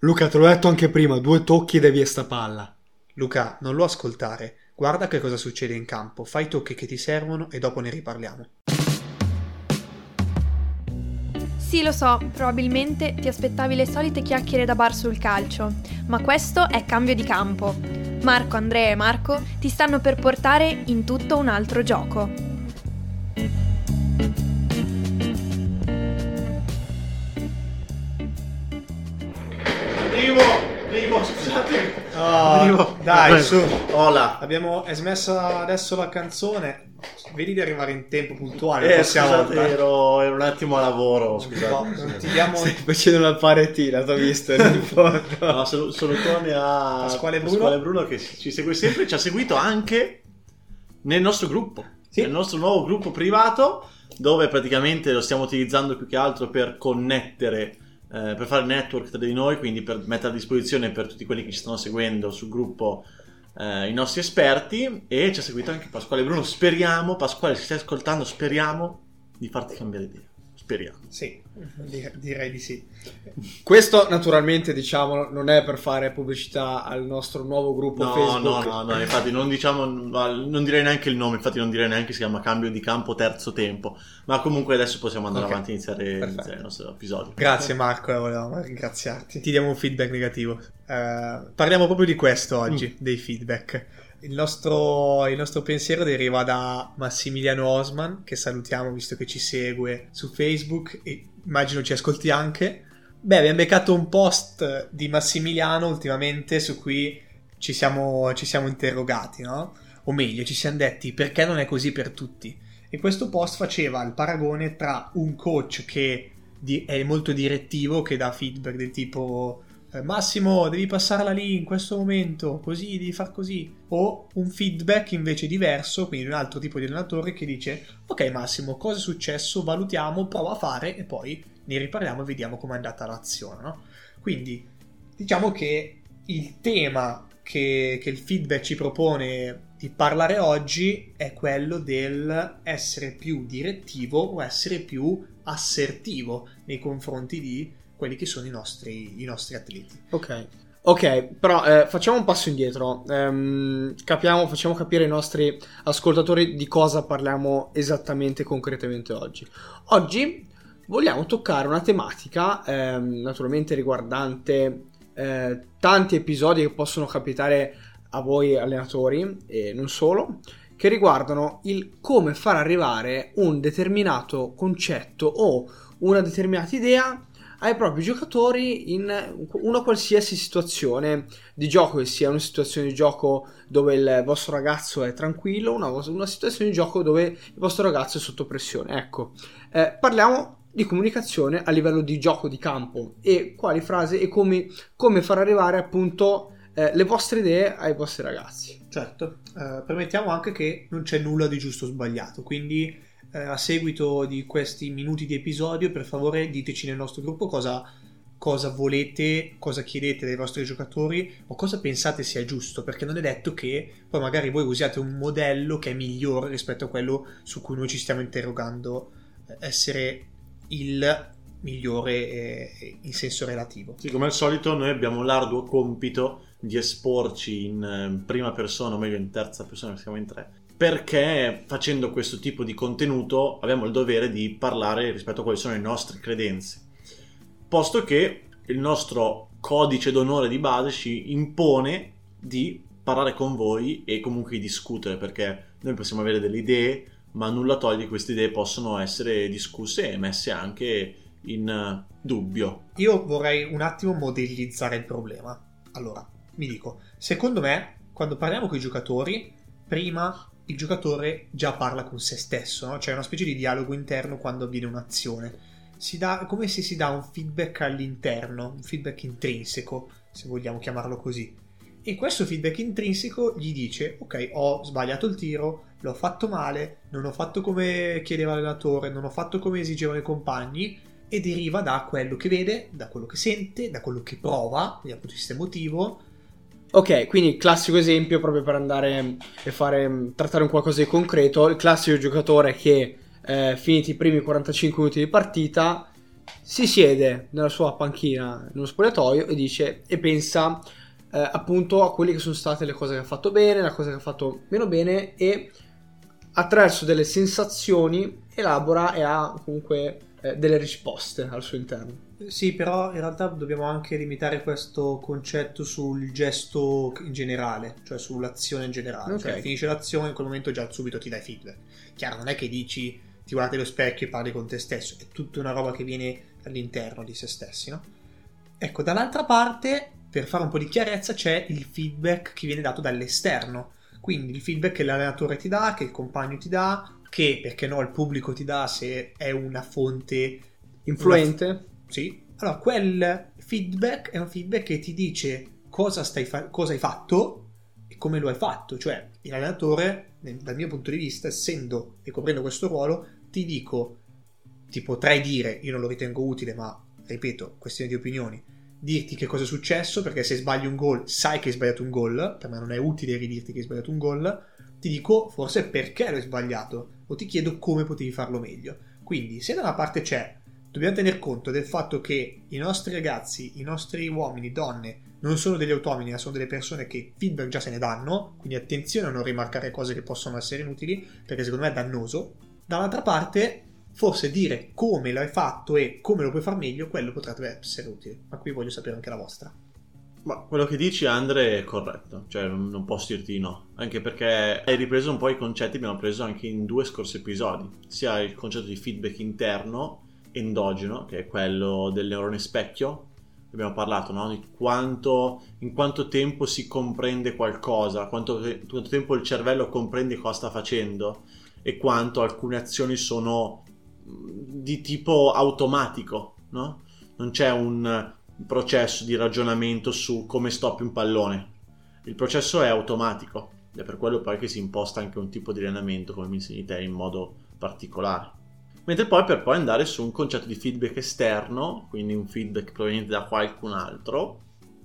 Luca, te l'ho detto anche prima, 2 tocchi e devi via sta palla. Luca, non lo ascoltare. Guarda che cosa succede in campo. Fai i tocchi che ti servono e dopo ne riparliamo. Sì, lo so, probabilmente ti aspettavi le solite chiacchiere da bar sul calcio, ma questo è cambio di campo. Marco, Andrea e Marco ti stanno per portare in tutto un altro gioco. Primo, scusate. Dai, su. Hola. È smessa adesso la canzone. Vedi di arrivare in tempo puntuale. Scusate, ero un attimo a lavoro, scusate. No, non ti diamo... Stai facendo una paretina, t'ho visto. No, salutone a Pasquale Bruno che ci segue sempre, ci ha seguito anche nel nostro gruppo, nel nostro nuovo gruppo privato, dove praticamente lo stiamo utilizzando più che altro per connettere, per fare network tra di noi, quindi per mettere a disposizione per tutti quelli che ci stanno seguendo sul gruppo i nostri esperti. E ci ha seguito anche Pasquale Bruno. Speriamo, Pasquale, se stai ascoltando, speriamo di farti cambiare idea. Speriamo. Sì, direi di sì. Questo naturalmente, diciamo, non è per fare pubblicità al nostro nuovo gruppo Facebook. No, infatti non direi neanche il nome, infatti non direi neanche si chiama Cambio di Campo Terzo Tempo, ma comunque adesso possiamo andare avanti e iniziare il nostro episodio. Grazie Marco, volevamo ringraziarti. Ti diamo un feedback negativo. Parliamo proprio di questo oggi, dei feedback. Il nostro pensiero deriva da Massimiliano Osman, che salutiamo visto che ci segue su Facebook e immagino ci ascolti anche. Beh, abbiamo beccato un post di Massimiliano ultimamente su cui ci siamo interrogati, no? O meglio, ci siamo detti perché non è così per tutti. E questo post faceva il paragone tra un coach che è molto direttivo, che dà feedback del tipo Massimo, devi passarla lì in questo momento, così, devi far così, o un feedback invece diverso, quindi un altro tipo di allenatore che dice ok Massimo, cosa è successo, valutiamo, prova a fare e poi ne riparliamo e vediamo com'è andata l'azione, no? Quindi diciamo che il tema che il feedback ci propone di parlare oggi è quello del essere più direttivo o essere più assertivo nei confronti di quelli che sono i nostri atleti. Ok, però facciamo un passo indietro, facciamo capire ai nostri ascoltatori di cosa parliamo esattamente concretamente oggi. Oggi vogliamo toccare una tematica naturalmente riguardante tanti episodi che possono capitare a voi allenatori e non solo, che riguardano il come far arrivare un determinato concetto o una determinata idea ai propri giocatori in una qualsiasi situazione di gioco, che sia una situazione di gioco dove il vostro ragazzo è tranquillo, una situazione di gioco dove il vostro ragazzo è sotto pressione. Ecco, parliamo di comunicazione a livello di gioco di campo e quali frasi e come far arrivare appunto le vostre idee ai vostri ragazzi. Certo, permettiamo anche che non c'è nulla di giusto o sbagliato, quindi a seguito di questi minuti di episodio, per favore diteci nel nostro gruppo cosa volete, cosa chiedete dai vostri giocatori o cosa pensate sia giusto, perché non è detto che poi magari voi usiate un modello che è migliore rispetto a quello su cui noi ci stiamo interrogando essere il migliore in senso relativo. Sì, come al solito noi abbiamo l'arduo compito di esporci in prima persona, o meglio in terza persona, che siamo in tre, perché facendo questo tipo di contenuto abbiamo il dovere di parlare rispetto a quali sono le nostre credenze, posto che il nostro codice d'onore di base ci impone di parlare con voi e comunque di discutere, perché noi possiamo avere delle idee, ma nulla toglie che queste idee possono essere discusse e messe anche in dubbio. Io vorrei un attimo modellizzare il problema. Allora, mi dico, secondo me, quando parliamo con i giocatori, prima il giocatore già parla con se stesso, no? C'è una specie di dialogo interno quando avviene un'azione. Come se si dà un feedback all'interno, un feedback intrinseco, se vogliamo chiamarlo così. E questo feedback intrinseco gli dice ok, ho sbagliato il tiro, l'ho fatto male, non ho fatto come chiedeva l'allenatore, non ho fatto come esigevano i compagni, e deriva da quello che vede, da quello che sente, da quello che prova, dal punto di vista emotivo. Ok, quindi il classico esempio, proprio per andare e trattare un qualcosa di concreto, il classico giocatore che finiti i primi 45 minuti di partita si siede nella sua panchina nello spogliatoio e pensa appunto a quelle che sono state le cose che ha fatto bene, le cose che ha fatto meno bene, e attraverso delle sensazioni elabora e ha comunque delle risposte al suo interno. Sì, però in realtà dobbiamo anche limitare questo concetto sul gesto in generale, cioè sull'azione in generale. Okay. Cioè finisce l'azione, in quel momento già subito ti dai feedback. Chiaro, non è che dici, ti guardi allo specchio e parli con te stesso, è tutta una roba che viene all'interno di se stessi, no? Ecco, dall'altra parte, per fare un po' di chiarezza, c'è il feedback che viene dato dall'esterno. Quindi il feedback che l'allenatore ti dà, che il compagno ti dà, che, perché no, il pubblico ti dà se è una fonte influente. Sì. Allora, quel feedback è un feedback che ti dice cosa hai fatto e come lo hai fatto. Cioè, l'allenatore, dal mio punto di vista, essendo e coprendo questo ruolo, ti potrei dire, io non lo ritengo utile, ma ripeto, questione di opinioni, dirti che cosa è successo, perché se sbagli un gol sai che hai sbagliato un gol, per me non è utile ridirti che hai sbagliato un gol, ti dico forse perché l'hai sbagliato o ti chiedo come potevi farlo meglio. Quindi se da una parte dobbiamo tener conto del fatto che i nostri ragazzi, i nostri uomini, donne non sono degli automi, ma sono delle persone che feedback già se ne danno, quindi attenzione a non rimarcare cose che possono essere inutili, perché secondo me è dannoso. Dall'altra parte forse dire come l'hai fatto e come lo puoi far meglio, quello potrebbe essere utile, ma qui voglio sapere anche la vostra. Ma quello che dici, Andre, è corretto, cioè non posso dirti di no, anche perché hai ripreso un po' i concetti che abbiamo preso anche in 2 scorsi episodi, sia il concetto di feedback interno, endogeno, che è quello del neurone specchio. Abbiamo parlato, no? Di in quanto tempo si comprende qualcosa, quanto tempo il cervello comprende cosa sta facendo e quanto alcune azioni sono di tipo automatico, no? Non c'è un processo di ragionamento su come stoppi un pallone, il processo è automatico ed è per quello poi che si imposta anche un tipo di allenamento, come mi insegni te, in modo particolare. Mentre poi per poi andare su un concetto di feedback esterno, quindi un feedback proveniente da qualcun altro,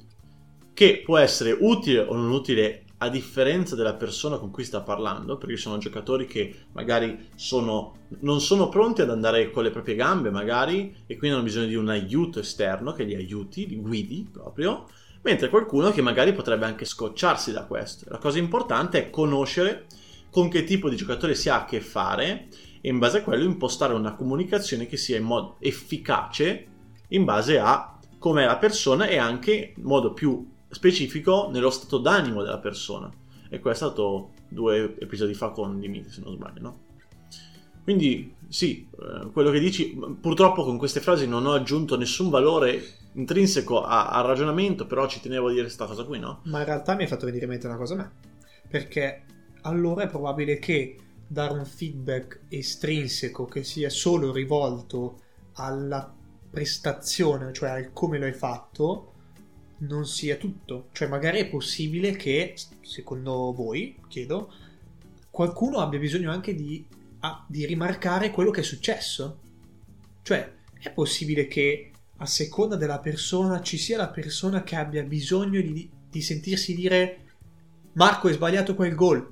che può essere utile o non utile a differenza della persona con cui sta parlando, perché ci sono giocatori che magari non sono pronti ad andare con le proprie gambe, magari, e quindi hanno bisogno di un aiuto esterno che li aiuti, li guidi proprio, mentre qualcuno che magari potrebbe anche scocciarsi da questo. La cosa importante è conoscere con che tipo di giocatore si ha a che fare e in base a quello impostare una comunicazione che sia in modo efficace in base a com'è la persona e anche in modo più specifico nello stato d'animo della persona. E questo è stato 2 episodi fa con Dimitri, se non sbaglio, no? Quindi sì, quello che dici, purtroppo con queste frasi non ho aggiunto nessun valore intrinseco al ragionamento, però ci tenevo a dire questa cosa qui, no? Ma in realtà mi hai fatto venire in mente una cosa a me, perché allora è probabile che dare un feedback estrinseco che sia solo rivolto alla prestazione, cioè al come lo hai fatto, non sia tutto. Cioè magari è possibile che, secondo voi, chiedo, qualcuno abbia bisogno anche di rimarcare quello che è successo. Cioè è possibile che a seconda della persona ci sia la persona che abbia bisogno di sentirsi dire Marco hai sbagliato quel gol.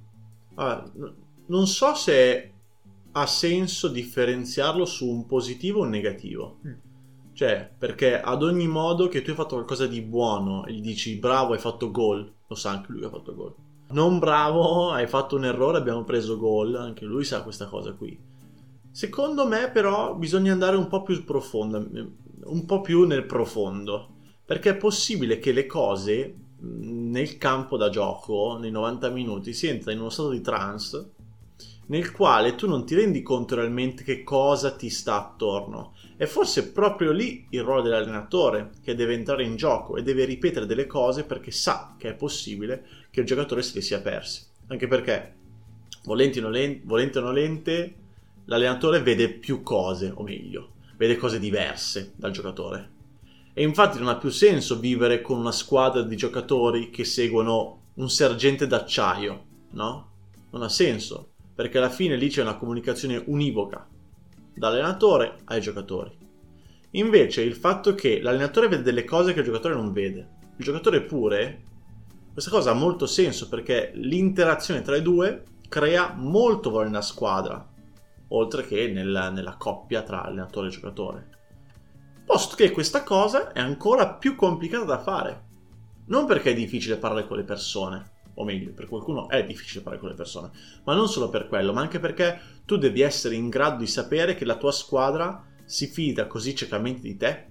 Non so se ha senso differenziarlo su un positivo o un negativo. Cioè, perché ad ogni modo che tu hai fatto qualcosa di buono e gli dici bravo, hai fatto gol, lo sa anche lui che ha fatto gol. Non bravo, hai fatto un errore, abbiamo preso gol, anche lui sa questa cosa qui. Secondo me però bisogna andare un po' più profonda, un po' più nel profondo, perché è possibile che le cose nel campo da gioco, nei 90 minuti, si entra in uno stato di trance nel quale tu non ti rendi conto realmente che cosa ti sta attorno. E forse proprio lì il ruolo dell'allenatore, che deve entrare in gioco e deve ripetere delle cose perché sa che è possibile che il giocatore se le sia perse. Anche perché, volente o nolente, l'allenatore vede più cose, o meglio, vede cose diverse dal giocatore. E infatti non ha più senso vivere con una squadra di giocatori che seguono un sergente d'acciaio, no? Non ha senso, perché alla fine lì c'è una comunicazione univoca dall'allenatore ai giocatori. Invece il fatto che l'allenatore vede delle cose che il giocatore non vede, il giocatore pure, questa cosa ha molto senso perché l'interazione tra i due crea molto valore nella squadra, oltre che nella coppia tra allenatore e giocatore. posto che questa cosa è ancora più complicata da fare. Non perché è difficile parlare con le persone, o meglio, per qualcuno è difficile parlare con le persone, ma non solo per quello, ma anche perché tu devi essere in grado di sapere che la tua squadra si fida così ciecamente di te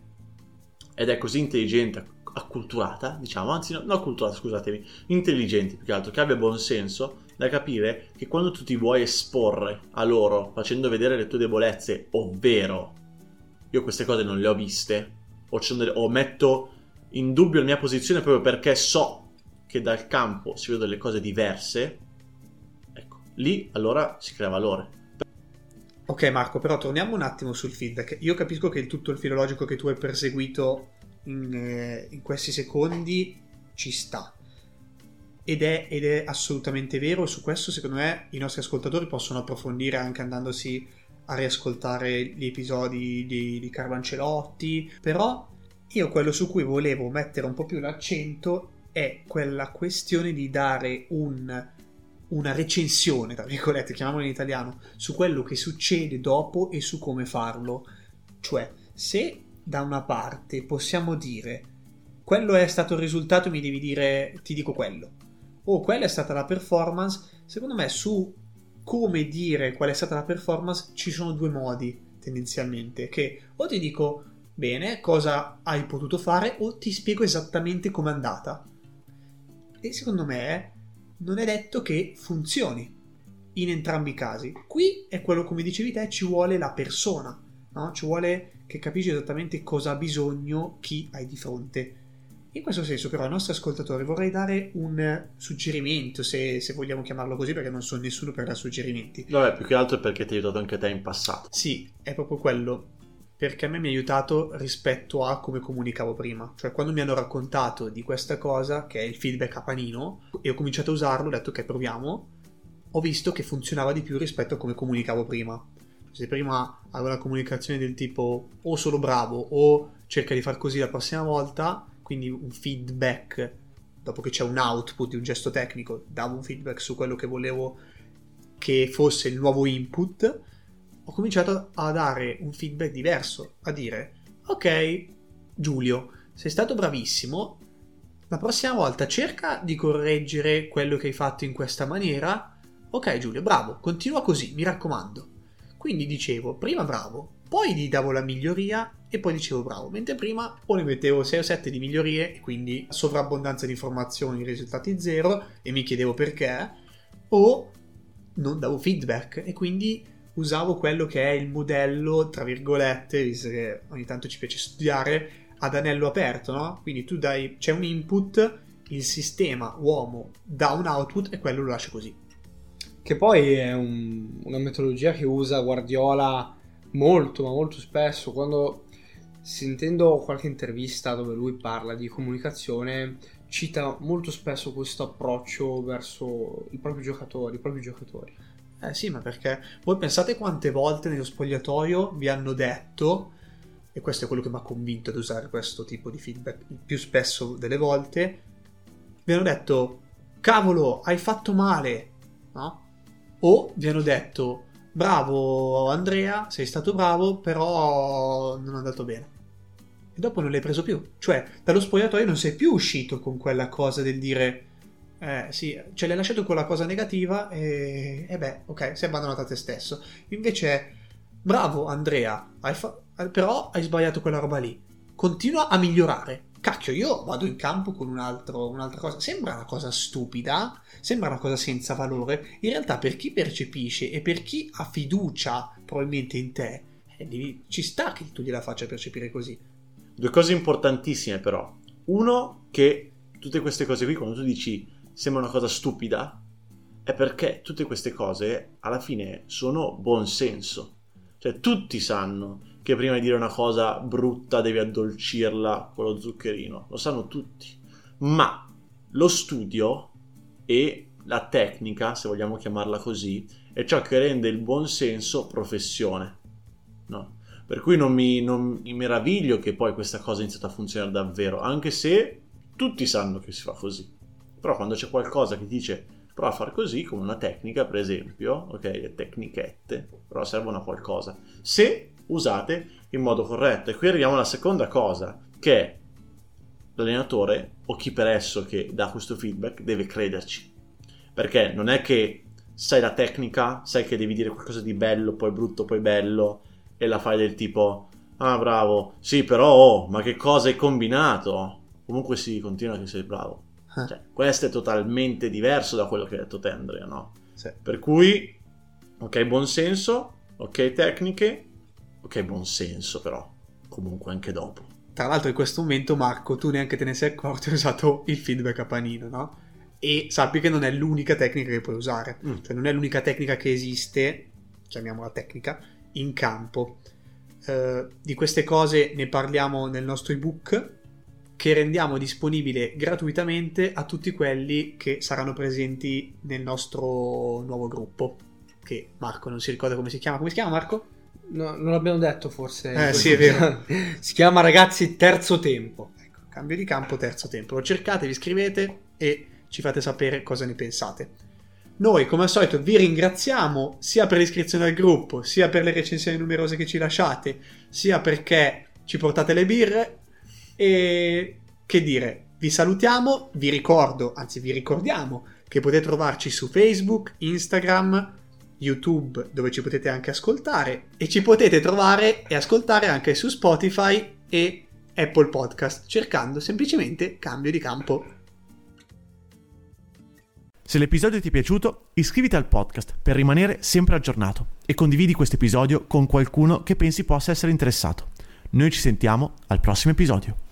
ed è così intelligente, acculturata, diciamo, anzi no acculturata, scusatemi, intelligente più che altro, che abbia buon senso, da capire che quando tu ti vuoi esporre a loro facendo vedere le tue debolezze, ovvero io queste cose non le ho viste, o metto in dubbio la mia posizione proprio perché so che dal campo si vedono delle cose diverse, ecco, lì allora si crea valore. Ok Marco, però torniamo un attimo sul feedback. Io capisco che tutto il filologico che tu hai perseguito in questi secondi ci sta. Ed è assolutamente vero, e su questo secondo me i nostri ascoltatori possono approfondire anche andandosi a riascoltare gli episodi di Carlo Ancelotti. Però io quello su cui volevo mettere un po' più l'accento è quella questione di dare una recensione, tra virgolette, chiamiamola in italiano, su quello che succede dopo e su come farlo. Cioè, se da una parte possiamo dire quello è stato il risultato, mi devi dire ti dico quello, o quella è stata la performance, secondo me su come dire qual è stata la performance ci sono due modi tendenzialmente, che o ti dico bene cosa hai potuto fare o ti spiego esattamente com'è andata, e secondo me non è detto che funzioni in entrambi i casi. Qui è quello, come dicevi te, ci vuole la persona, no? Ci vuole che capisci esattamente cosa ha bisogno chi hai di fronte. In questo senso però ai nostri ascoltatori vorrei dare un suggerimento, se vogliamo chiamarlo così, perché non sono nessuno per dare suggerimenti. Vabbè, più che altro è perché ti ha aiutato anche te in passato. Sì, è proprio quello, perché a me mi ha aiutato rispetto a come comunicavo prima. Cioè quando mi hanno raccontato di questa cosa, che è il feedback a panino, e ho cominciato a usarlo, ho detto ok proviamo, ho visto che funzionava di più rispetto a come comunicavo prima. Se prima avevo la comunicazione del tipo o solo bravo o cerca di far così la prossima volta, quindi un feedback, dopo che c'è un output di un gesto tecnico, davo un feedback su quello che volevo che fosse il nuovo input, ho cominciato a dare un feedback diverso, a dire ok Giulio, sei stato bravissimo, la prossima volta cerca di correggere quello che hai fatto in questa maniera, ok Giulio, bravo, continua così, mi raccomando. Quindi dicevo prima bravo, poi gli davo la miglioria e poi dicevo bravo, mentre prima o ne mettevo 6 o 7 di migliorie e quindi sovrabbondanza di informazioni, risultati zero, e mi chiedevo perché, o non davo feedback e quindi usavo quello che è il modello, tra virgolette, visto che ogni tanto ci piace studiare, ad anello aperto, no? Quindi tu dai, c'è un input, il sistema uomo dà un output e quello lo lascia così. Che poi è una metodologia che usa Guardiola molto, ma molto spesso. Quando, sentendo qualche intervista dove lui parla di comunicazione, cita molto spesso questo approccio verso i propri giocatori. Sì, ma perché voi pensate quante volte nello spogliatoio vi hanno detto, e questo è quello che mi ha convinto ad usare questo tipo di feedback il più spesso delle volte, vi hanno detto cavolo, hai fatto male, no? O vi hanno detto bravo Andrea, sei stato bravo, però non è andato bene. E dopo non l'hai preso più. Cioè, dallo spogliatoio non sei più uscito con quella cosa del dire sì, ce l'hai lasciato con la cosa negativa e beh, ok, sei abbandonato a te stesso. Invece, bravo Andrea, però hai sbagliato quella roba lì. Continua a migliorare. Cacchio, io vado in campo con un'altra cosa. Sembra una cosa stupida, sembra una cosa senza valore. In realtà per chi percepisce e per chi ha fiducia probabilmente in te, ci sta che tu gliela faccia percepire così. Due cose importantissime però. Uno, che tutte queste cose qui, quando tu dici sembra una cosa stupida, è perché tutte queste cose alla fine sono buon senso. Cioè tutti sanno che prima di dire una cosa brutta devi addolcirla con lo zuccherino, lo sanno tutti, ma lo studio e la tecnica, se vogliamo chiamarla così, è ciò che rende il buon senso professione, no? Per cui non mi meraviglio che poi questa cosa è iniziata a funzionare davvero, anche se tutti sanno che si fa così. Però quando c'è qualcosa che dice prova a far così, come una tecnica per esempio, ok, le tecnichette, però servono a qualcosa. Se usate in modo corretto. E qui arriviamo alla seconda cosa, che l'allenatore o chi per esso che dà questo feedback deve crederci, perché non è che sai la tecnica, sai che devi dire qualcosa di bello, poi brutto, poi bello, e la fai del tipo ah bravo, sì però ma che cosa hai combinato? Comunque sì, continua che sei bravo. Cioè, questo è totalmente diverso da quello che ha detto te, Andrea, no? Sì. Per cui ok buon senso, ok tecniche, ok buon senso, però comunque anche dopo. Tra l'altro in questo momento, Marco, tu neanche te ne sei accorto, hai usato il feedback a panino, no? E sappi che non è l'unica tecnica che puoi usare. Cioè non è l'unica tecnica che esiste, chiamiamola tecnica, in campo. Di queste cose ne parliamo nel nostro ebook, che rendiamo disponibile gratuitamente a tutti quelli che saranno presenti nel nostro nuovo gruppo, che Marco non si ricorda come si chiama. Come si chiama, Marco? No, non l'abbiamo detto forse. Sì, è vero. Si chiama, ragazzi, Terzo Tempo. Ecco, Cambio di Campo Terzo Tempo. Lo cercate, vi iscrivete e ci fate sapere cosa ne pensate. Noi, come al solito, vi ringraziamo sia per l'iscrizione al gruppo, sia per le recensioni numerose che ci lasciate, sia perché ci portate le birre. E che dire, vi salutiamo, vi ricordiamo che potete trovarci su Facebook, Instagram, YouTube, dove ci potete anche ascoltare, e ci potete trovare e ascoltare anche su Spotify e Apple Podcast, cercando semplicemente Cambio di Campo. Se l'episodio ti è piaciuto, iscriviti al podcast per rimanere sempre aggiornato e condividi questo episodio con qualcuno che pensi possa essere interessato. Noi ci sentiamo al prossimo episodio.